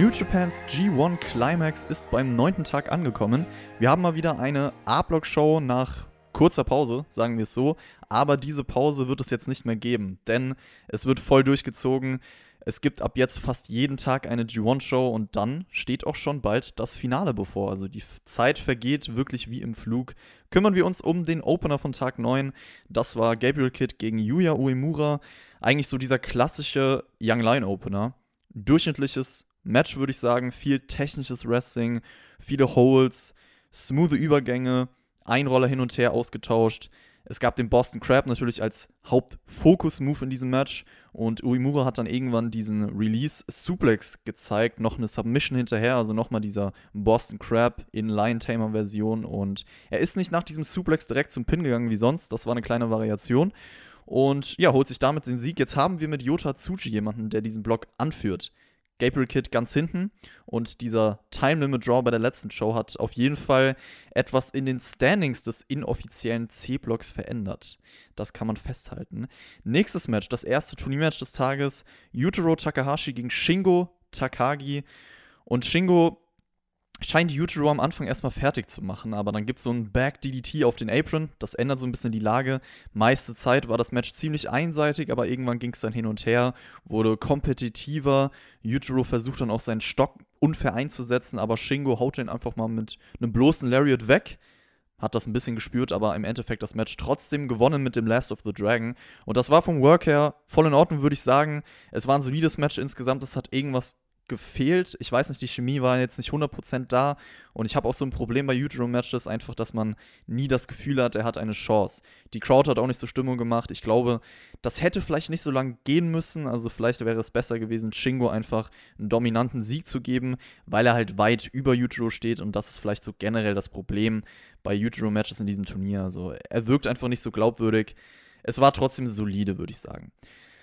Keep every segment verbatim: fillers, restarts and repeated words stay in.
New Japans G eins Climax ist beim neunten Tag angekommen. Wir haben mal wieder eine A-Block-Show nach kurzer Pause, sagen wir es so. Aber diese Pause wird es jetzt nicht mehr geben, denn es wird voll durchgezogen. Es gibt ab jetzt fast jeden Tag eine G eins Show und dann steht auch schon bald das Finale bevor. Also die Zeit vergeht wirklich wie im Flug. Kümmern wir uns um den Opener von Tag neun. Das war Gabriel Kidd gegen Yuya Uemura. Eigentlich so dieser klassische Young Lion Opener. Durchschnittliches Match, würde ich sagen. Viel technisches Wrestling, viele Holds, smoothe Übergänge, Einroller hin und her ausgetauscht. Es gab den Boston Crab natürlich als Hauptfokus-Move in diesem Match und Uemura hat dann irgendwann diesen Release-Suplex gezeigt, noch eine Submission hinterher, also nochmal dieser Boston Crab in Lion-Tamer-Version und er ist nicht nach diesem Suplex direkt zum Pin gegangen wie sonst, das war eine kleine Variation und ja, holt sich damit den Sieg. Jetzt haben wir mit Yota Tsuji jemanden, der diesen Block anführt. Gabriel Kidd ganz hinten und dieser Time Limit Draw bei der letzten Show hat auf jeden Fall etwas in den Standings des inoffiziellen C-Blocks verändert. Das kann man festhalten. Nächstes Match, das erste Turniermatch des Tages, Yujiro Takahashi gegen Shingo Takagi und Shingo scheint Yujiro am Anfang erstmal fertig zu machen, aber dann gibt es so ein Back-D D T auf den Apron, das ändert so ein bisschen die Lage. Meiste Zeit war das Match ziemlich einseitig, aber irgendwann ging es dann hin und her, wurde kompetitiver. Yujiro versucht dann auch seinen Stock unfair einzusetzen, aber Shingo haut ihn einfach mal mit einem bloßen Lariat weg. Hat das ein bisschen gespürt, aber im Endeffekt das Match trotzdem gewonnen mit dem Last of the Dragon. Und das war vom Work her voll in Ordnung, würde ich sagen. Es war ein solides Match insgesamt, es hat irgendwas gefehlt. Ich weiß nicht, die Chemie war jetzt nicht hundert Prozent da und ich habe auch so ein Problem bei Yujiro-Matches, einfach, dass man nie das Gefühl hat, er hat eine Chance. Die Crowd hat auch nicht so Stimmung gemacht. Ich glaube, das hätte vielleicht nicht so lange gehen müssen, also vielleicht wäre es besser gewesen, Shingo einfach einen dominanten Sieg zu geben, weil er halt weit über Yujiro steht und das ist vielleicht so generell das Problem bei Yujiro-Matches in diesem Turnier. Also er wirkt einfach nicht so glaubwürdig. Es war trotzdem solide, würde ich sagen.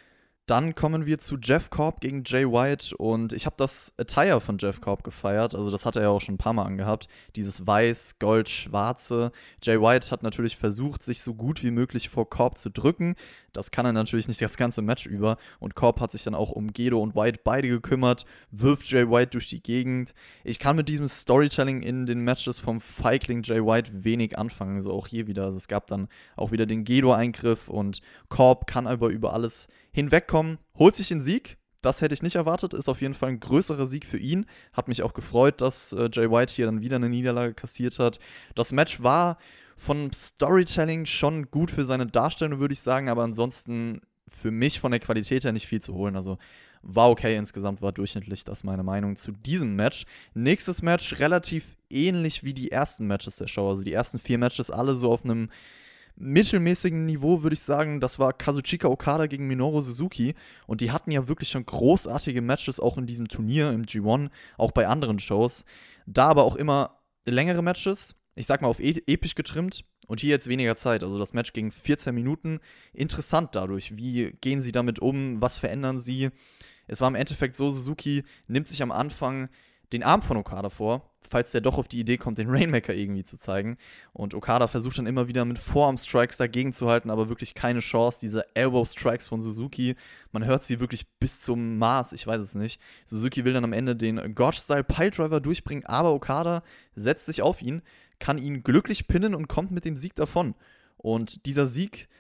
Dann kommen wir zu Jeff Cobb gegen Jay White und ich habe das Attire von Jeff Cobb gefeiert, also das hat er ja auch schon ein paar Mal angehabt, dieses weiß, gold, schwarze. Jay White hat natürlich versucht, sich so gut wie möglich vor Cobb zu drücken, das kann er natürlich nicht das ganze Match über und Cobb hat sich dann auch um Gedo und White beide gekümmert, wirft Jay White durch die Gegend. Ich kann mit diesem Storytelling in den Matches vom Feigling Jay White wenig anfangen, also auch hier wieder, also es gab dann auch wieder den Gedo-Eingriff und Cobb kann aber über alles hinwegkommen, holt sich den Sieg. Das hätte ich nicht erwartet, ist auf jeden Fall ein größerer Sieg für ihn. Hat mich auch gefreut, dass äh, Jay White hier dann wieder eine Niederlage kassiert hat. Das Match war von Storytelling schon gut für seine Darstellung, würde ich sagen, aber ansonsten für mich von der Qualität her nicht viel zu holen. Also war okay insgesamt, war durchschnittlich, das ist meine Meinung zu diesem Match. Nächstes Match relativ ähnlich wie die ersten Matches der Show. Also die ersten vier Matches alle so auf einem mittelmäßigen Niveau, würde ich sagen. Das war Kazuchika Okada gegen Minoru Suzuki und die hatten ja wirklich schon großartige Matches auch in diesem Turnier im G eins, auch bei anderen Shows. Da aber auch immer längere Matches, ich sag mal auf e- episch getrimmt und hier jetzt weniger Zeit. Also das Match ging vierzehn Minuten. Interessant dadurch. Wie gehen sie damit um? Was verändern sie? Es war im Endeffekt so, Suzuki nimmt sich am Anfang den Arm von Okada vor, falls der doch auf die Idee kommt, den Rainmaker irgendwie zu zeigen. Und Okada versucht dann immer wieder mit Forearm-Strikes dagegen zu halten, aber wirklich keine Chance. Diese Elbow-Strikes von Suzuki, man hört sie wirklich bis zum Maß, ich weiß es nicht. Suzuki will dann am Ende den Gotch-Style-Piledriver durchbringen, aber Okada setzt sich auf ihn, kann ihn glücklich pinnen und kommt mit dem Sieg davon. Und dieser Sieg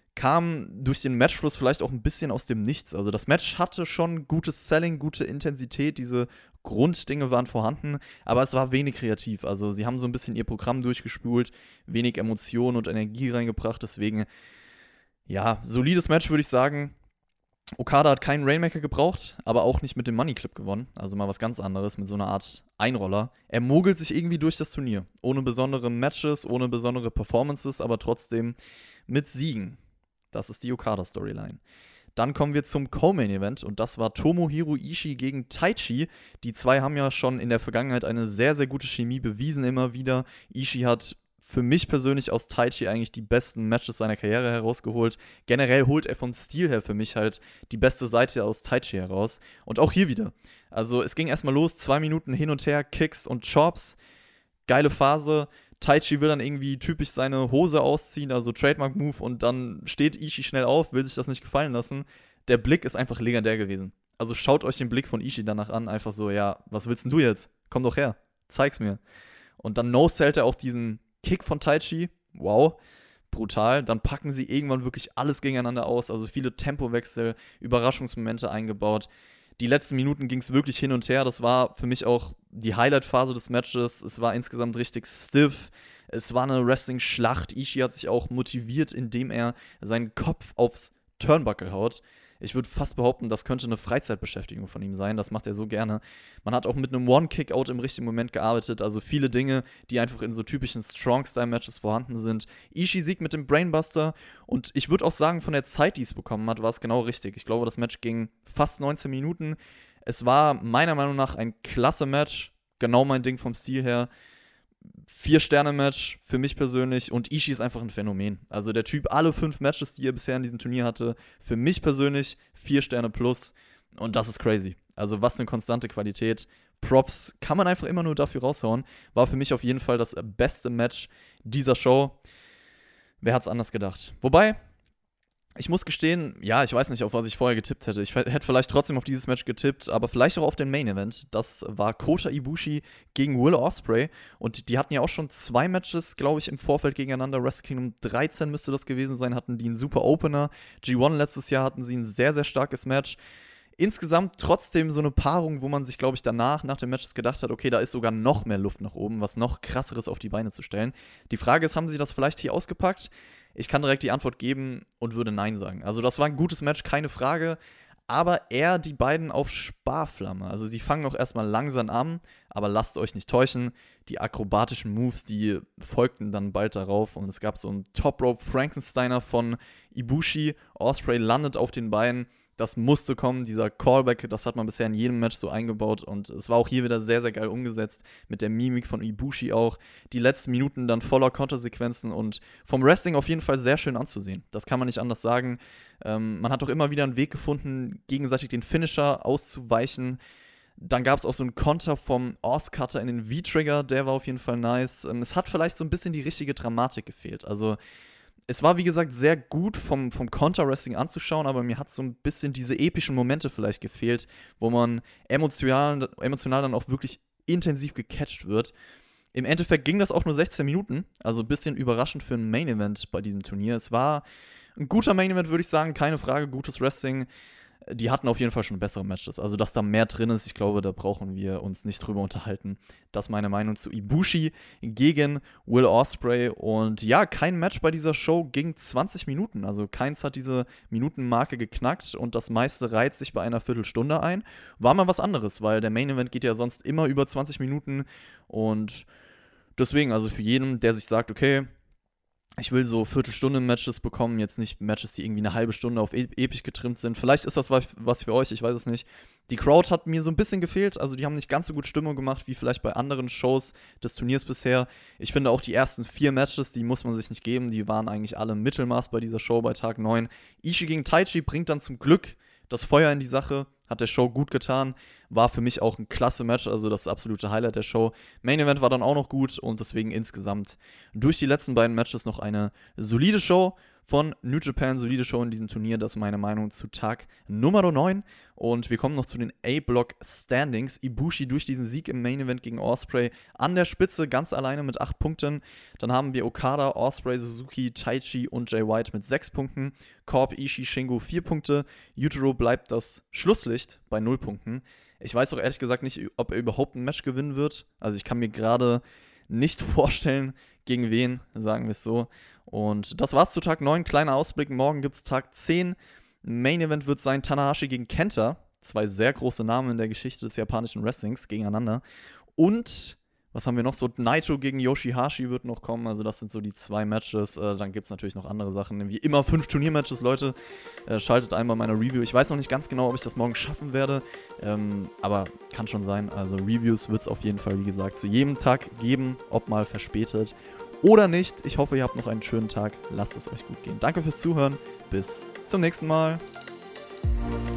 kam durch den Matchfluss vielleicht auch ein bisschen aus dem Nichts. Also das Match hatte schon gutes Selling, gute Intensität, diese Grunddinge waren vorhanden, aber es war wenig kreativ. Also sie haben so ein bisschen ihr Programm durchgespult, wenig Emotionen und Energie reingebracht, deswegen, ja, solides Match, würde ich sagen. Okada hat keinen Rainmaker gebraucht, aber auch nicht mit dem Money Clip gewonnen. Also mal was ganz anderes, mit so einer Art Einroller. Er mogelt sich irgendwie durch das Turnier. Ohne besondere Matches, ohne besondere Performances, aber trotzdem mit Siegen. Das ist die Okada-Storyline. Dann kommen wir zum Co-Main-Event und das war Tomohiro Ishii gegen Taichi. Die zwei haben ja schon in der Vergangenheit eine sehr, sehr gute Chemie bewiesen immer wieder. Ishii hat für mich persönlich aus Taichi eigentlich die besten Matches seiner Karriere herausgeholt. Generell holt er vom Stil her für mich halt die beste Seite aus Taichi heraus. Und auch hier wieder. Also es ging erstmal los, zwei Minuten hin und her, Kicks und Chops. Geile Phase. Taichi will dann irgendwie typisch seine Hose ausziehen, also Trademark-Move, und dann steht Ishii schnell auf, will sich das nicht gefallen lassen. Der Blick ist einfach legendär gewesen. Also schaut euch den Blick von Ishii danach an, einfach so, ja, was willst denn du jetzt? Komm doch her, zeig's mir. Und dann no-sellt er auch diesen Kick von Taichi, wow, brutal. Dann packen sie irgendwann wirklich alles gegeneinander aus, also viele Tempowechsel, Überraschungsmomente eingebaut. Die letzten Minuten ging es wirklich hin und her, das war für mich auch die Highlight-Phase des Matches, es war insgesamt richtig stiff. Es war eine Wrestling-Schlacht. Ishii hat sich auch motiviert, indem er seinen Kopf aufs Turnbuckle haut. Ich würde fast behaupten, das könnte eine Freizeitbeschäftigung von ihm sein. Das macht er so gerne. Man hat auch mit einem One-Kick-Out im richtigen Moment gearbeitet. Also viele Dinge, die einfach in so typischen Strong-Style-Matches vorhanden sind. Ishii siegt mit dem Brainbuster. Und ich würde auch sagen, von der Zeit, die es bekommen hat, war es genau richtig. Ich glaube, das Match ging fast neunzehn Minuten. Es war meiner Meinung nach ein klasse Match. Genau mein Ding vom Stil her. Vier-Sterne-Match für mich persönlich und Ishii ist einfach ein Phänomen. Also der Typ, alle fünf Matches, die er bisher in diesem Turnier hatte, für mich persönlich vier Sterne plus und das ist crazy. Also was eine konstante Qualität. Props kann man einfach immer nur dafür raushauen. War für mich auf jeden Fall das beste Match dieser Show. Wer hat's anders gedacht? Wobei, ich muss gestehen, ja, ich weiß nicht, auf was ich vorher getippt hätte. Ich hätte vielleicht trotzdem auf dieses Match getippt, aber vielleicht auch auf den Main Event. Das war Kota Ibushi gegen Will Ospreay. Und die hatten ja auch schon zwei Matches, glaube ich, im Vorfeld gegeneinander. Wrestle Kingdom dreizehn müsste das gewesen sein, hatten die einen super Opener. G eins letztes Jahr hatten sie ein sehr, sehr starkes Match. Insgesamt trotzdem so eine Paarung, wo man sich, glaube ich, danach, nach den Matches gedacht hat, okay, da ist sogar noch mehr Luft nach oben, was noch krasseres auf die Beine zu stellen. Die Frage ist, haben sie das vielleicht hier ausgepackt? Ich kann direkt die Antwort geben und würde Nein sagen. Also das war ein gutes Match, keine Frage, aber eher die beiden auf Sparflamme. Also sie fangen auch erstmal langsam an, aber lasst euch nicht täuschen. Die akrobatischen Moves, die folgten dann bald darauf und es gab so einen Top-Rope Frankensteiner von Ibushi. Ospreay landet auf den Beinen. Das musste kommen, dieser Callback, das hat man bisher in jedem Match so eingebaut und es war auch hier wieder sehr, sehr geil umgesetzt, mit der Mimik von Ibushi auch. Die letzten Minuten dann voller Kontersequenzen und vom Wrestling auf jeden Fall sehr schön anzusehen. Das kann man nicht anders sagen. Ähm, man hat auch immer wieder einen Weg gefunden, gegenseitig den Finisher auszuweichen. Dann gab es auch so einen Konter vom Oz-Cutter in den V-Trigger, der war auf jeden Fall nice. Ähm, es hat vielleicht so ein bisschen die richtige Dramatik gefehlt, also es war, wie gesagt, sehr gut vom, vom Counter-Wrestling anzuschauen, aber mir hat so ein bisschen diese epischen Momente vielleicht gefehlt, wo man emotional, emotional dann auch wirklich intensiv gecatcht wird. Im Endeffekt ging das auch nur sechzehn Minuten, also ein bisschen überraschend für ein Main-Event bei diesem Turnier. Es war ein guter Main-Event, würde ich sagen, keine Frage, gutes Wrestling. Die hatten auf jeden Fall schon bessere Matches. Also, dass da mehr drin ist, ich glaube, da brauchen wir uns nicht drüber unterhalten. Das ist meine Meinung zu Ibushi gegen Will Ospreay. Und ja, kein Match bei dieser Show ging zwanzig Minuten. Also, keins hat diese Minutenmarke geknackt und das meiste reiht sich bei einer Viertelstunde ein. War mal was anderes, weil der Main Event geht ja sonst immer über zwanzig Minuten. Und deswegen, also für jeden, der sich sagt, okay, ich will so Viertelstunde-Matches bekommen, jetzt nicht Matches, die irgendwie eine halbe Stunde auf e- episch getrimmt sind. Vielleicht ist das was für euch, ich weiß es nicht. Die Crowd hat mir so ein bisschen gefehlt, also die haben nicht ganz so gut Stimmung gemacht, wie vielleicht bei anderen Shows des Turniers bisher. Ich finde auch die ersten vier Matches, die muss man sich nicht geben, die waren eigentlich alle Mittelmaß bei dieser Show bei Tag neun. Ishii gegen Taichi bringt dann zum Glück das Feuer in die Sache, hat der Show gut getan, war für mich auch ein klasse Match, also das absolute Highlight der Show. Main Event war dann auch noch gut und deswegen insgesamt durch die letzten beiden Matches noch eine solide Show von New Japan, solide Show in diesem Turnier, das ist meine Meinung zu Tag Nummer neun. Und wir kommen noch zu den A-Block-Standings. Ibushi durch diesen Sieg im Main Event gegen Ospreay an der Spitze, ganz alleine mit acht Punkten. Dann haben wir Okada, Ospreay, Suzuki, Taichi und Jay White mit sechs Punkten. Korb, Ishii, Shingo vier Punkte. Yujiro bleibt das Schlusslicht bei null Punkten. Ich weiß auch ehrlich gesagt nicht, ob er überhaupt ein Match gewinnen wird. Also ich kann mir gerade nicht vorstellen, gegen wen, sagen wir es so. Und das war's zu Tag neun. Kleiner Ausblick, morgen gibt's Tag zehn. Main Event wird sein Tanahashi gegen Kenta. Zwei sehr große Namen in der Geschichte des japanischen Wrestlings gegeneinander. Und, was haben wir noch? So Naito gegen Yoshihashi wird noch kommen. Also das sind so die zwei Matches. Äh, dann gibt's natürlich noch andere Sachen. Wie immer fünf Turniermatches, Leute. Äh, schaltet ein bei meiner Review. Ich weiß noch nicht ganz genau, ob ich das morgen schaffen werde. Ähm, aber kann schon sein. Also Reviews wird's auf jeden Fall, wie gesagt, zu jedem Tag geben. Ob mal verspätet oder nicht. Ich hoffe, ihr habt noch einen schönen Tag. Lasst es euch gut gehen. Danke fürs Zuhören. Bis zum nächsten Mal.